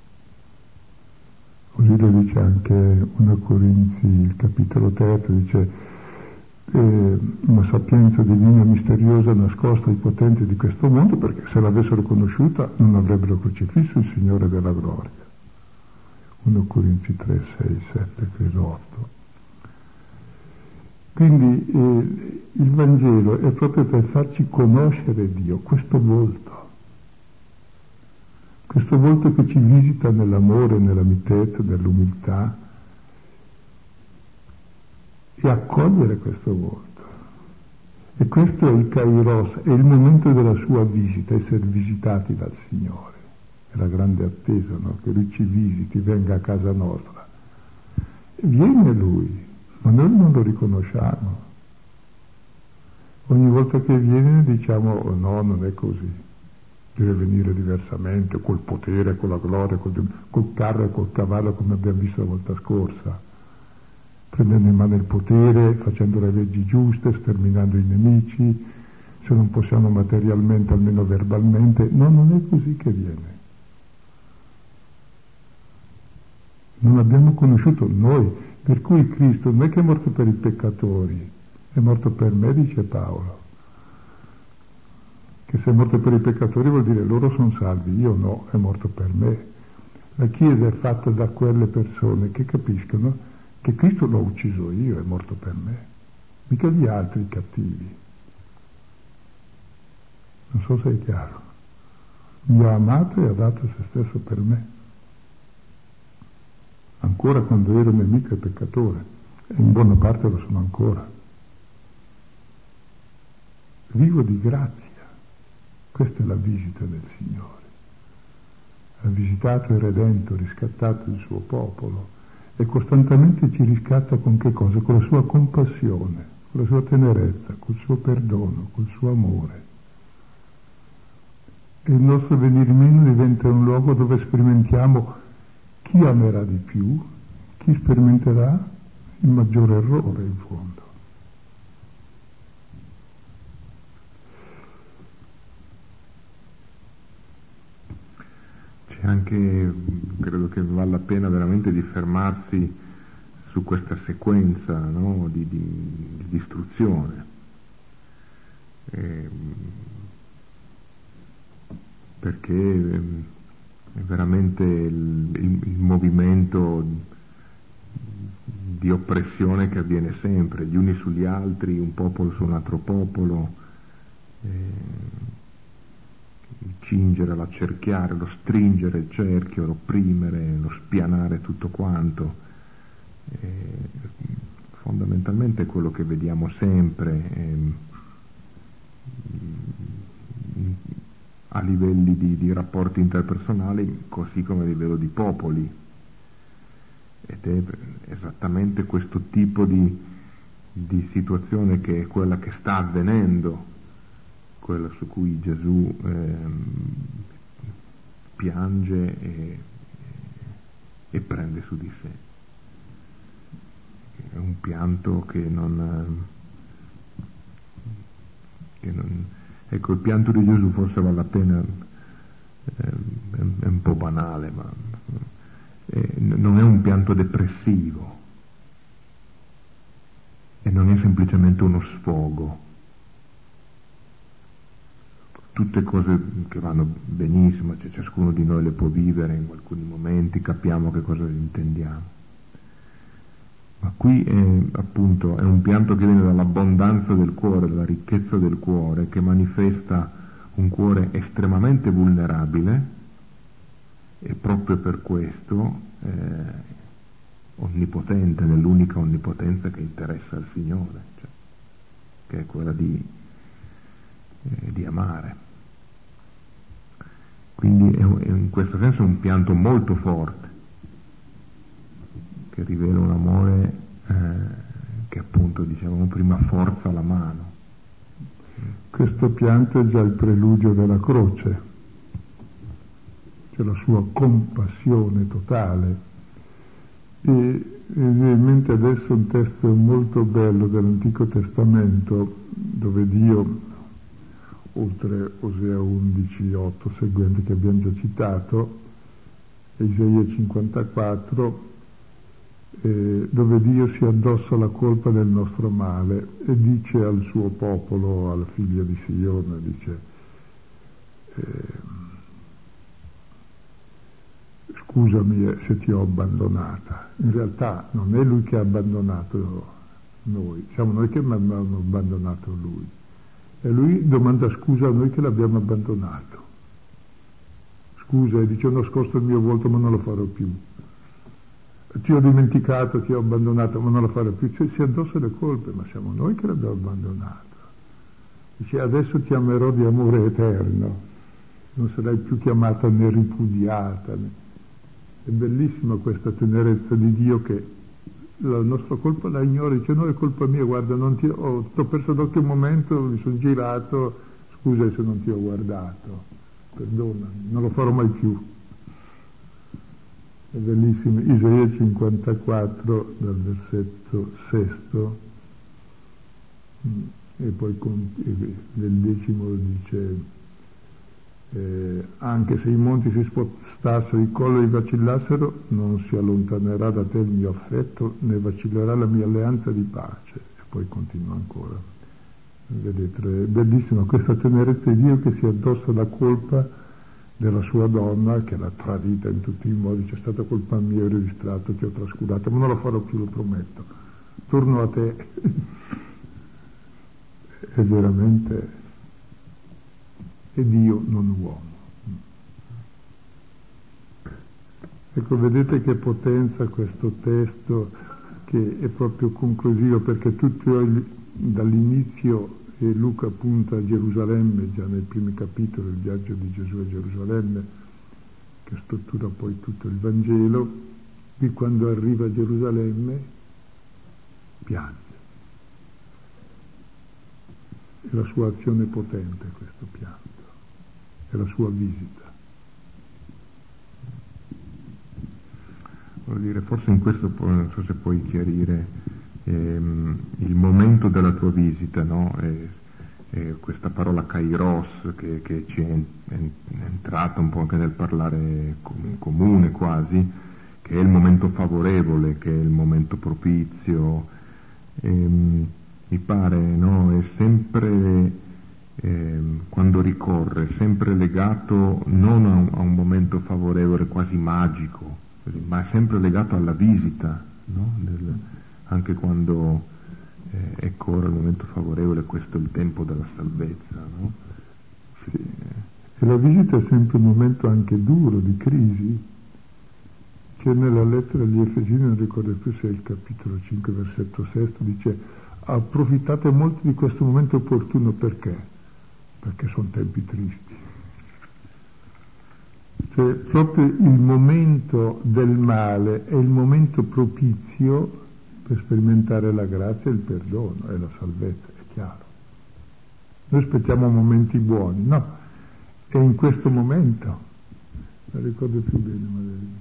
Così lo dice anche 1 Corinzi, il capitolo 3, dice una sapienza divina misteriosa nascosta ai potenti di questo mondo, perché se l'avessero conosciuta non avrebbero crocifisso il Signore della gloria. 1 Corinzi 3, 6, 7, credo 8. Quindi il Vangelo è proprio per farci conoscere Dio, questo volto che ci visita nell'amore, nella mitezza, nell'umiltà, e accogliere questo volto. E questo è il Kairos, è il momento della sua visita, essere visitati dal Signore. È la grande attesa, no? Che Lui ci visiti, venga a casa nostra. E viene Lui. Ma noi non lo riconosciamo. Ogni volta che viene diciamo, oh no, non è così. Deve venire diversamente, col potere, con la gloria, col carro e col cavallo, come abbiamo visto la volta scorsa. Prendendo in mano il potere, facendo le leggi giuste, sterminando i nemici, se non possiamo materialmente, almeno verbalmente. No, non è così che viene. Non abbiamo conosciuto noi. Per cui Cristo non è che è morto per i peccatori, è morto per me, dice Paolo. Che se è morto per i peccatori vuol dire loro sono salvi, io no, è morto per me. La Chiesa è fatta da quelle persone che capiscono che Cristo l'ho ucciso io, è morto per me, mica gli altri cattivi. Non so se è chiaro. Mi ha amato e ha dato se stesso per me. Ancora quando ero nemico e peccatore, e in buona parte lo sono ancora. Vivo di grazia, questa è la visita del Signore. Ha visitato e redento, riscattato il suo popolo e costantemente ci riscatta con che cosa? Con la sua compassione, con la sua tenerezza, col suo perdono, col suo amore. E il nostro venir meno diventa un luogo dove sperimentiamo chi amerà di più, chi sperimenterà il maggiore errore in fondo. C'è anche, credo che vale la pena veramente di fermarsi su questa sequenza, no? di istruzione. Perché è veramente il movimento di oppressione che avviene sempre, gli uni sugli altri, un popolo su un altro popolo, il cingere, l'accerchiare, lo stringere il cerchio, l'opprimere, lo spianare tutto quanto, fondamentalmente è quello che vediamo sempre a livelli di rapporti interpersonali, così come a livello di popoli, ed è esattamente questo tipo di situazione che è quella che sta avvenendo, quella su cui Gesù piange e prende su di sé. È un pianto che non ecco, il pianto di Gesù forse vale la pena, è un po' banale, ma non è un pianto depressivo e non è semplicemente uno sfogo. Tutte cose che vanno benissimo, cioè ciascuno di noi le può vivere in alcuni momenti, capiamo che cosa intendiamo. Ma qui appunto è un pianto che viene dall'abbondanza del cuore, dalla ricchezza del cuore, che manifesta un cuore estremamente vulnerabile e proprio per questo onnipotente, nell'unica onnipotenza che interessa al Signore, cioè, che è quella di amare. Quindi è in questo senso un pianto molto forte, che rivela un amore che appunto, dicevamo prima, forza la mano. Questo pianto è già il preludio della croce, cioè la sua compassione totale. E mi viene in mente adesso un testo molto bello dell'Antico Testamento, dove Dio, oltre Osea 11, 8 seguenti che abbiamo già citato, e Isaia 54, dove Dio si addossa la colpa del nostro male e dice al suo popolo, alla figlia di Sione, dice scusami se ti ho abbandonata. In realtà non è lui che ha abbandonato noi, siamo noi che abbiamo abbandonato lui, e lui domanda scusa a noi che l'abbiamo abbandonato. Scusa, e dice: ho nascosto il mio volto ma non lo farò più, ti ho dimenticato, ti ho abbandonato ma non lo farò più. Cioè, si addossa le colpe, ma siamo noi che l'abbiamo abbandonato. Dice: adesso ti amerò di amore eterno, non sarai più chiamata né ripudiata. È bellissima questa tenerezza di Dio, che la nostra colpa la ignora, dice: no, è colpa mia, guarda, t'ho perso d'occhio un momento, mi sono girato, scusa se non ti ho guardato, perdonami, non lo farò mai più. È bellissimo. Isaia 54 dal versetto 6 e poi nel 10 dice: anche se i monti si spostassero, i colli vacillassero, non si allontanerà da te il mio affetto, né vacillerà la mia alleanza di pace. E poi continua ancora. Vedete, è bellissima questa tenerezza di Dio che si addossa la colpa della sua donna, che l'ha tradita in tutti i modi. C'è stata colpa mia, ero distratto, ti ho trascurato, ma non lo farò più, lo prometto, torno a te. È veramente è Dio, non uomo. Ecco, vedete che potenza questo testo, che è proprio conclusivo, perché tutto dall'inizio Luca punta a Gerusalemme, già nei primi capitoli, il viaggio di Gesù a Gerusalemme, che struttura poi tutto il Vangelo. Qui quando arriva a Gerusalemme piange. È la sua azione potente questo pianto, è la sua visita. Voglio dire, forse in questo non so se puoi chiarire il momento della tua visita, no? Questa parola kairos che ci è entrata un po' anche nel parlare comune quasi, che è il momento favorevole, che è il momento propizio. Mi pare, no? È sempre, quando ricorre, sempre legato non a un momento favorevole quasi magico, ma è sempre legato alla visita, no? Anche quando ecco ora il momento favorevole, questo è il tempo della salvezza, no? Sì. E la visita è sempre un momento anche duro, di crisi, che nella lettera agli Efesini, non ricordo più se è il capitolo 5, versetto 6, dice: approfittate molto di questo momento opportuno, perché? Perché sono tempi tristi. Cioè, proprio il momento del male è il momento propizio per sperimentare la grazia e il perdono e la salvezza, è chiaro. Noi aspettiamo momenti buoni, no, è in questo momento, non ricordo più bene, ma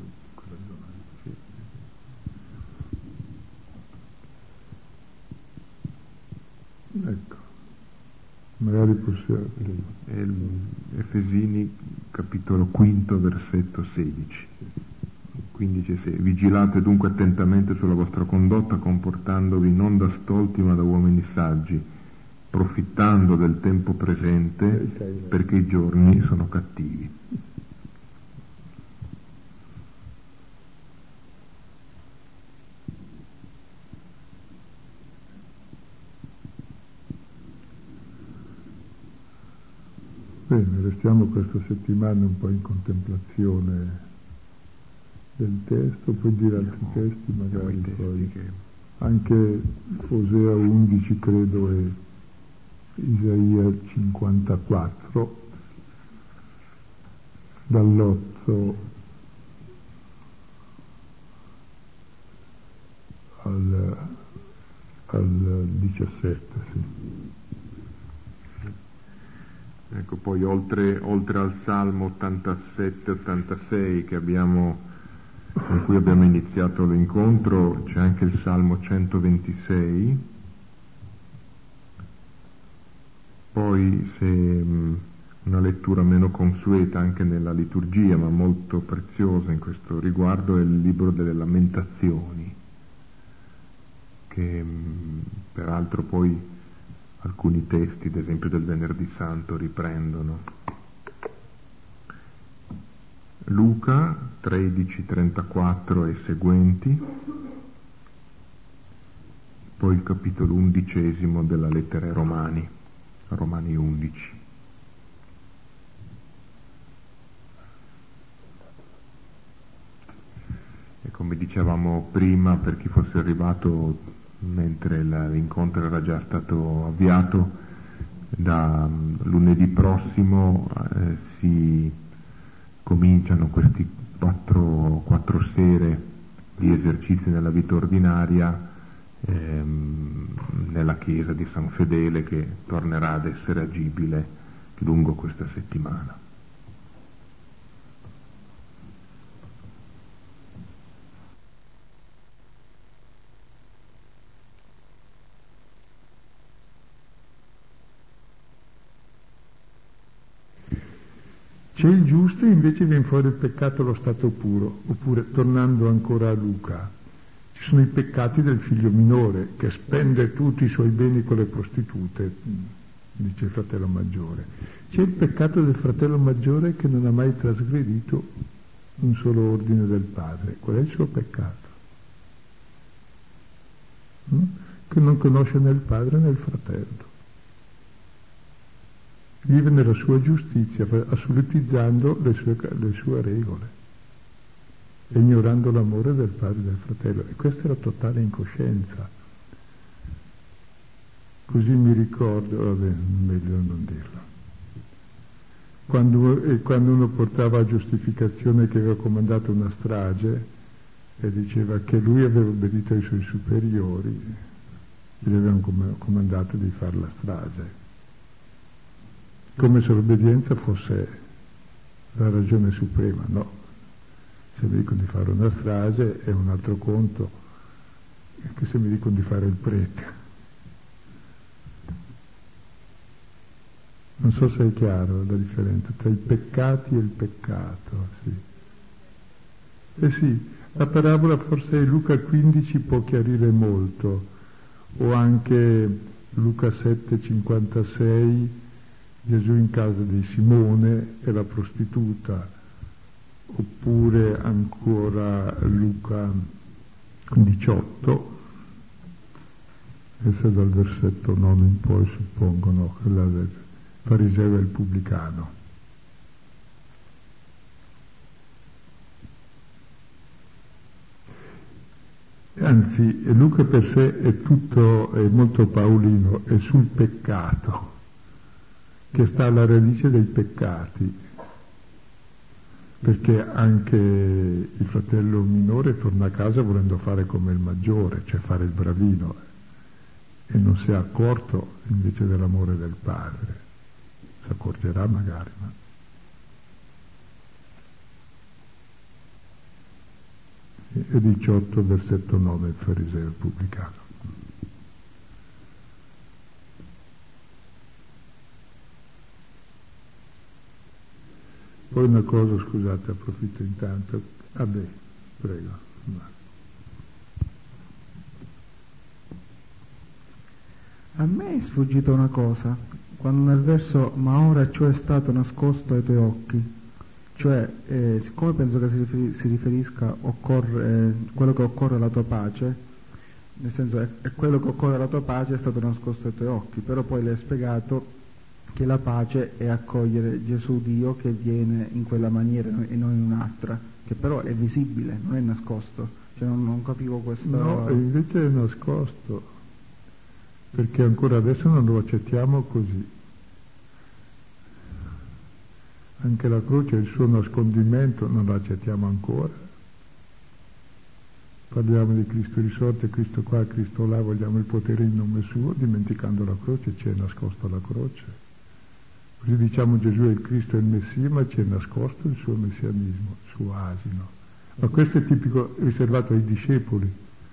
ecco, magari possiamo. Efesini capitolo 5 versetto 16. 15 vigilate dunque attentamente sulla vostra condotta, comportandovi non da stolti ma da uomini saggi, profittando del tempo presente, perché i giorni sono cattivi. Bene, restiamo questa settimana un po' in contemplazione del testo, poi dire altri testi magari poi. Anche Osea 11 credo e Isaia 54, dall'8 al 17, sì. Ecco, poi oltre al Salmo 87-86 con cui abbiamo iniziato l'incontro, c'è anche il Salmo 126. Poi, se una lettura meno consueta anche nella liturgia, ma molto preziosa in questo riguardo, è il libro delle Lamentazioni, che peraltro poi alcuni testi, ad esempio del Venerdì Santo, riprendono. Luca 13:34 e seguenti, poi il capitolo 11 della lettera ai Romani, Romani 11. E come dicevamo prima, per chi fosse arrivato mentre l'incontro era già stato avviato, da lunedì prossimo si cominciano questi quattro sere di esercizi nella vita ordinaria nella chiesa di San Fedele, che tornerà ad essere agibile lungo questa settimana. C'è il giusto e invece viene fuori il peccato allo stato puro, oppure, tornando ancora a Luca, ci sono i peccati del figlio minore che spende tutti i suoi beni con le prostitute, dice il fratello maggiore. C'è il peccato del fratello maggiore che non ha mai trasgredito un solo ordine del padre. Qual è il suo peccato? Che non conosce né il padre né il fratello. Vive nella sua giustizia, assolutizzando le sue regole, ignorando l'amore del padre e del fratello. E questa è la totale incoscienza. Così mi ricordo, vabbè, meglio non dirlo. Quando uno portava a giustificazione che aveva comandato una strage e diceva che lui aveva obbedito ai suoi superiori, gli avevano comandato di fare la strage. Come se l'obbedienza fosse la ragione suprema, no. Se mi dicono di fare una strage è un altro conto che se mi dicono di fare il prete. Non so se è chiaro la differenza tra i peccati e il peccato, sì. Eh sì, la parabola forse Luca 15 può chiarire molto, o anche Luca 7:56, Gesù in casa di Simone e la prostituta, oppure ancora Luca 18, Questo dal versetto 9 in poi suppongono, quella del fariseo e il pubblicano. Anzi, Luca per sé è molto paolino, è sul peccato, che sta alla radice dei peccati, perché anche il fratello minore torna a casa volendo fare come il maggiore, cioè fare il bravino, e non si è accorto invece dell'amore del padre. Si accorgerà magari, ma... E 18 versetto 9 il fariseo il pubblicano. Poi una cosa, scusate, approfitto intanto. Prego. A me è sfuggita una cosa, quando nel verso "ma ora ciò è stato nascosto ai tuoi occhi", cioè siccome penso che si riferisca quello che occorre alla tua pace, nel senso è quello che occorre alla tua pace è stato nascosto ai tuoi occhi, però poi le hai spiegato che la pace è accogliere Gesù Dio che viene in quella maniera e non in un'altra, che però è visibile, non è nascosto, cioè non capivo questo. No, invece è nascosto, perché ancora adesso non lo accettiamo così. Anche la croce, il suo nascondimento, non lo accettiamo ancora. Parliamo di Cristo risorto, Cristo qua, Cristo là, vogliamo il potere in nome suo, dimenticando la croce, ci è nascosta la croce. Così diciamo Gesù è il Cristo e il Messia, ma ci è nascosto il suo messianismo, il suo asino. Ma questo è tipico, riservato ai discepoli.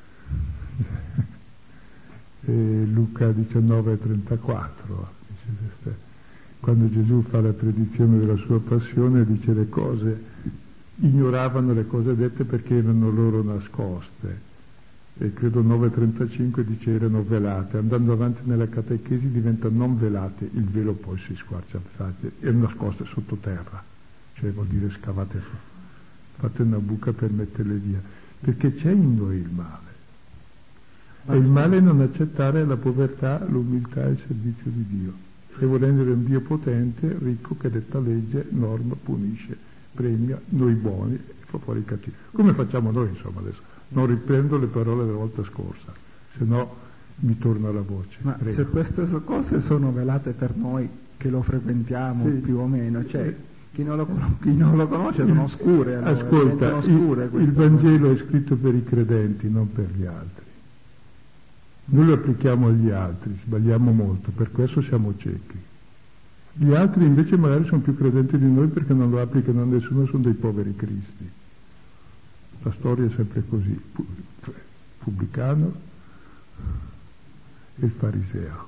Luca 19:34 dice, quando Gesù fa la predizione della sua passione, dice le cose, ignoravano le cose dette perché erano loro nascoste, e credo 9:35 dice erano velate, andando avanti nella catechesi diventano non velate, il velo poi si squarcia, erano nascoste sottoterra, cioè vuol dire scavate, fate una buca per metterle via, perché c'è in noi il male. E il male è non accettare la povertà, l'umiltà e il servizio di Dio. E volendo un Dio potente, ricco, che detta legge, norma, punisce, premia noi buoni e fa fuori i cattivi. Come facciamo noi, insomma, adesso? Non riprendo le parole della volta scorsa, se no mi torna la voce. Ma prego. Se queste cose sono velate per noi che lo frequentiamo, sì, più o meno, cioè chi non lo conosce sono oscure. Allora, ascolta, il Vangelo è scritto per i credenti, non per gli altri. Noi lo applichiamo agli altri, sbagliamo molto, per questo siamo ciechi. Gli altri invece magari sono più credenti di noi perché non lo applicano a nessuno, sono dei poveri cristi. La storia è sempre così, pubblicano e il fariseo,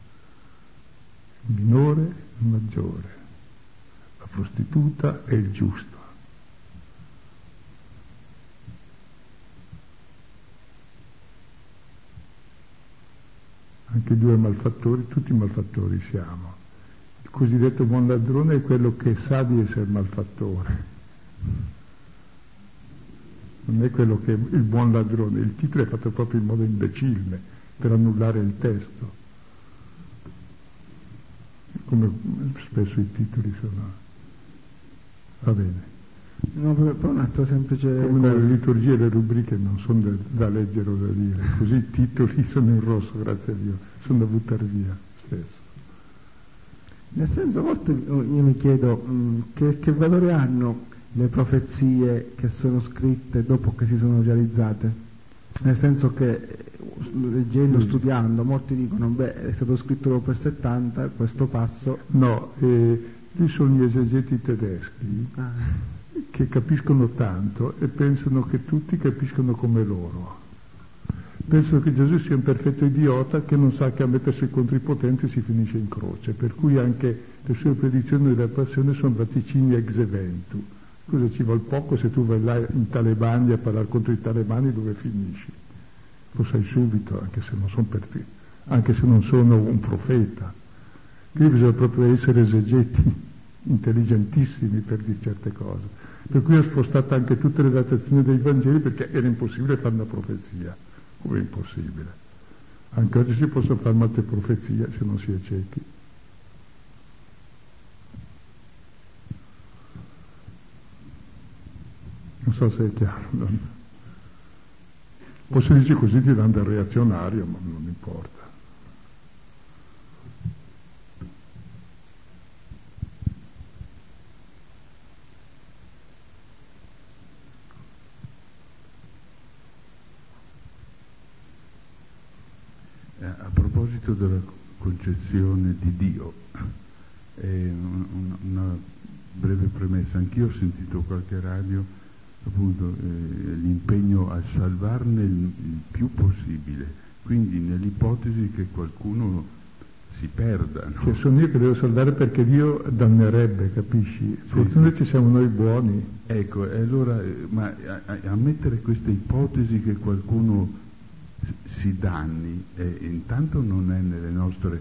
il minore e il maggiore, la prostituta e il giusto. Anche due malfattori, tutti malfattori siamo. Il cosiddetto buon ladrone è quello che sa di essere malfattore. Non è quello che è il buon ladrone, il titolo è fatto proprio in modo imbecille, per annullare il testo. Come spesso i titoli sono... Va bene. No, per un atto semplice... Come nelle liturgie e le rubriche non sono da leggere o da dire, così i titoli sono in rosso, grazie a Dio, sono da buttare via spesso. Nel senso, a volte io mi chiedo che valore hanno le profezie che sono scritte dopo che si sono realizzate, nel senso che leggendo, sì, studiando, molti dicono è stato scritto dopo il 70 questo passo. No, lì sono gli esegeti tedeschi che capiscono tanto e pensano che tutti capiscono come loro. Pensano che Gesù sia un perfetto idiota che non sa che a mettersi contro i potenti si finisce in croce, per cui anche le sue predizioni della passione sono vaticini ex eventu. Cosa ci vuol poco se tu vai là in talebani a parlare contro i talebani, dove finisci? Lo sai subito, anche se non sono per te, anche se non sono un profeta. Qui bisogna proprio essere esegeti intelligentissimi per dire certe cose. Per cui ho spostato anche tutte le datazioni dei Vangeli perché era impossibile fare una profezia. Come impossibile? Anche oggi si possono fare molte profezie se non si è ciechi. Non so se è chiaro. O se dici così ti danno del reazionario, ma non importa. A proposito della concezione di Dio, una breve premessa. Anch'io ho sentito qualche radio, appunto, l'impegno a salvarne il più possibile, quindi nell'ipotesi che qualcuno si perda. No? Cioè sono io che devo salvare perché Dio dannerebbe, capisci? Fortuna ci siamo noi buoni. Ecco, e allora, ma ammettere questa ipotesi che qualcuno si danni, intanto non è nelle nostre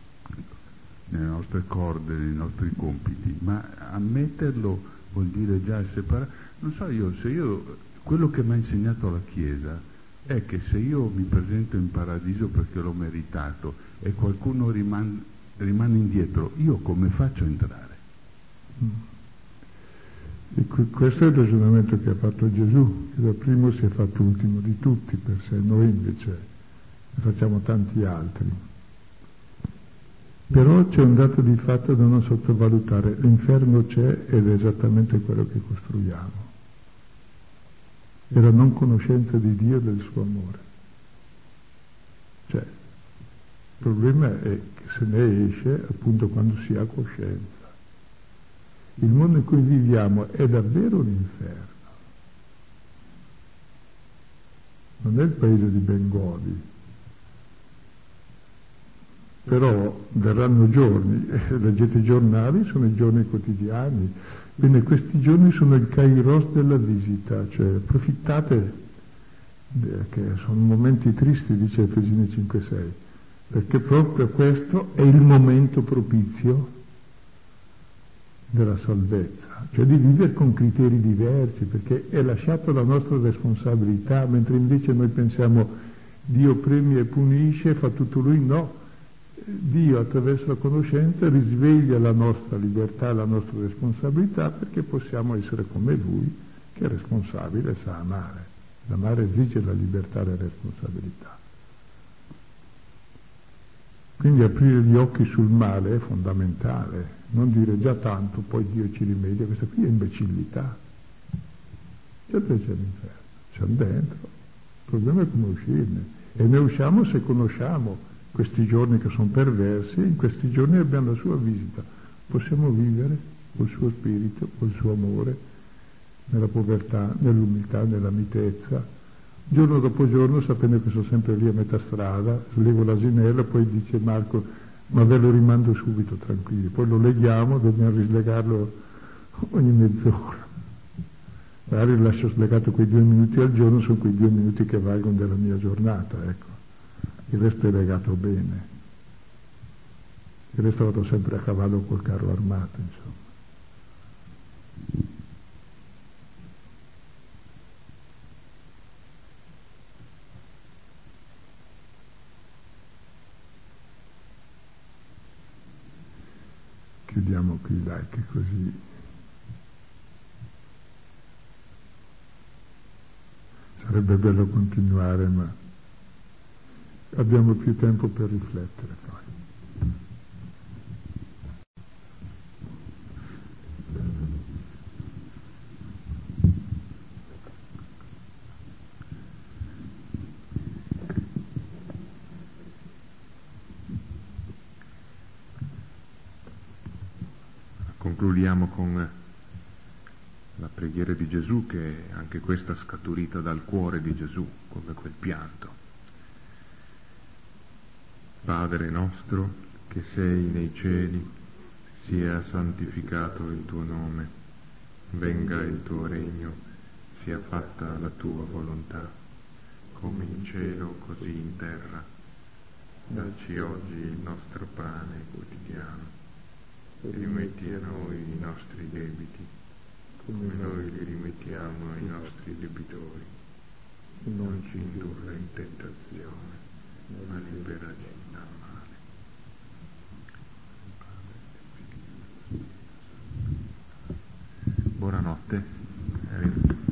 corde, nei nostri compiti, ma ammetterlo vuol dire già separare. Non so quello che mi ha insegnato la Chiesa è che se io mi presento in paradiso perché l'ho meritato e qualcuno rimane indietro, io come faccio a entrare? E questo è il ragionamento che ha fatto Gesù, che da primo si è fatto ultimo di tutti per sé, noi invece ne facciamo tanti altri. Però c'è un dato di fatto da non sottovalutare: l'inferno c'è ed è esattamente quello che costruiamo. È la non conoscenza di Dio e del suo amore. Cioè, il problema è che se ne esce appunto quando si ha coscienza. Il mondo in cui viviamo è davvero l'inferno. Non è il paese di Bengodi. Però verranno giorni, leggete i giornali, sono i giorni quotidiani, quindi questi giorni sono il kairos della visita, cioè approfittate, che sono momenti tristi, dice Efesini 5,6, perché proprio questo è il momento propizio della salvezza, cioè di vivere con criteri diversi, perché è lasciato la nostra responsabilità, mentre invece noi pensiamo Dio premia e punisce, fa tutto Lui. No, Dio attraverso la conoscenza risveglia la nostra libertà e la nostra responsabilità, perché possiamo essere come Lui, che è responsabile e sa amare. L'amare esige la libertà e la responsabilità. Quindi aprire gli occhi sul male è fondamentale, non dire già tanto, poi Dio ci rimedia. Questa qui è imbecillità. Già c'è l'inferno, siamo dentro, il problema è come uscirne, e ne usciamo se conosciamo questi giorni che sono perversi. In questi giorni abbiamo la sua visita, possiamo vivere col suo spirito, col suo amore, nella povertà, nell'umiltà, nella mitezza, giorno dopo giorno, sapendo che sono sempre lì a metà strada, slevo l'asinello, poi dice Marco: ma ve lo rimando subito, tranquilli, poi lo leghiamo, dobbiamo rislegarlo ogni mezz'ora. Magari lascio slegato quei 2 minuti al giorno, sono quei 2 minuti che valgono della mia giornata, ecco. Il resto è legato bene. Il resto vado sempre a cavallo col carro armato, insomma. Chiudiamo qui, dai, che così sarebbe bello continuare, ma abbiamo più tempo per riflettere poi. Concludiamo con la preghiera di Gesù, che è anche questa scaturita dal cuore di Gesù, come quel pianto. Padre nostro, che sei nei cieli, sia santificato il tuo nome, venga il tuo regno, sia fatta la tua volontà, come in cielo così in terra. Dacci oggi il nostro pane quotidiano, e rimetti a noi i nostri debiti, come noi li rimettiamo ai nostri debitori. Non ci indurre in tentazione, ma liberaci dal male. Buonanotte.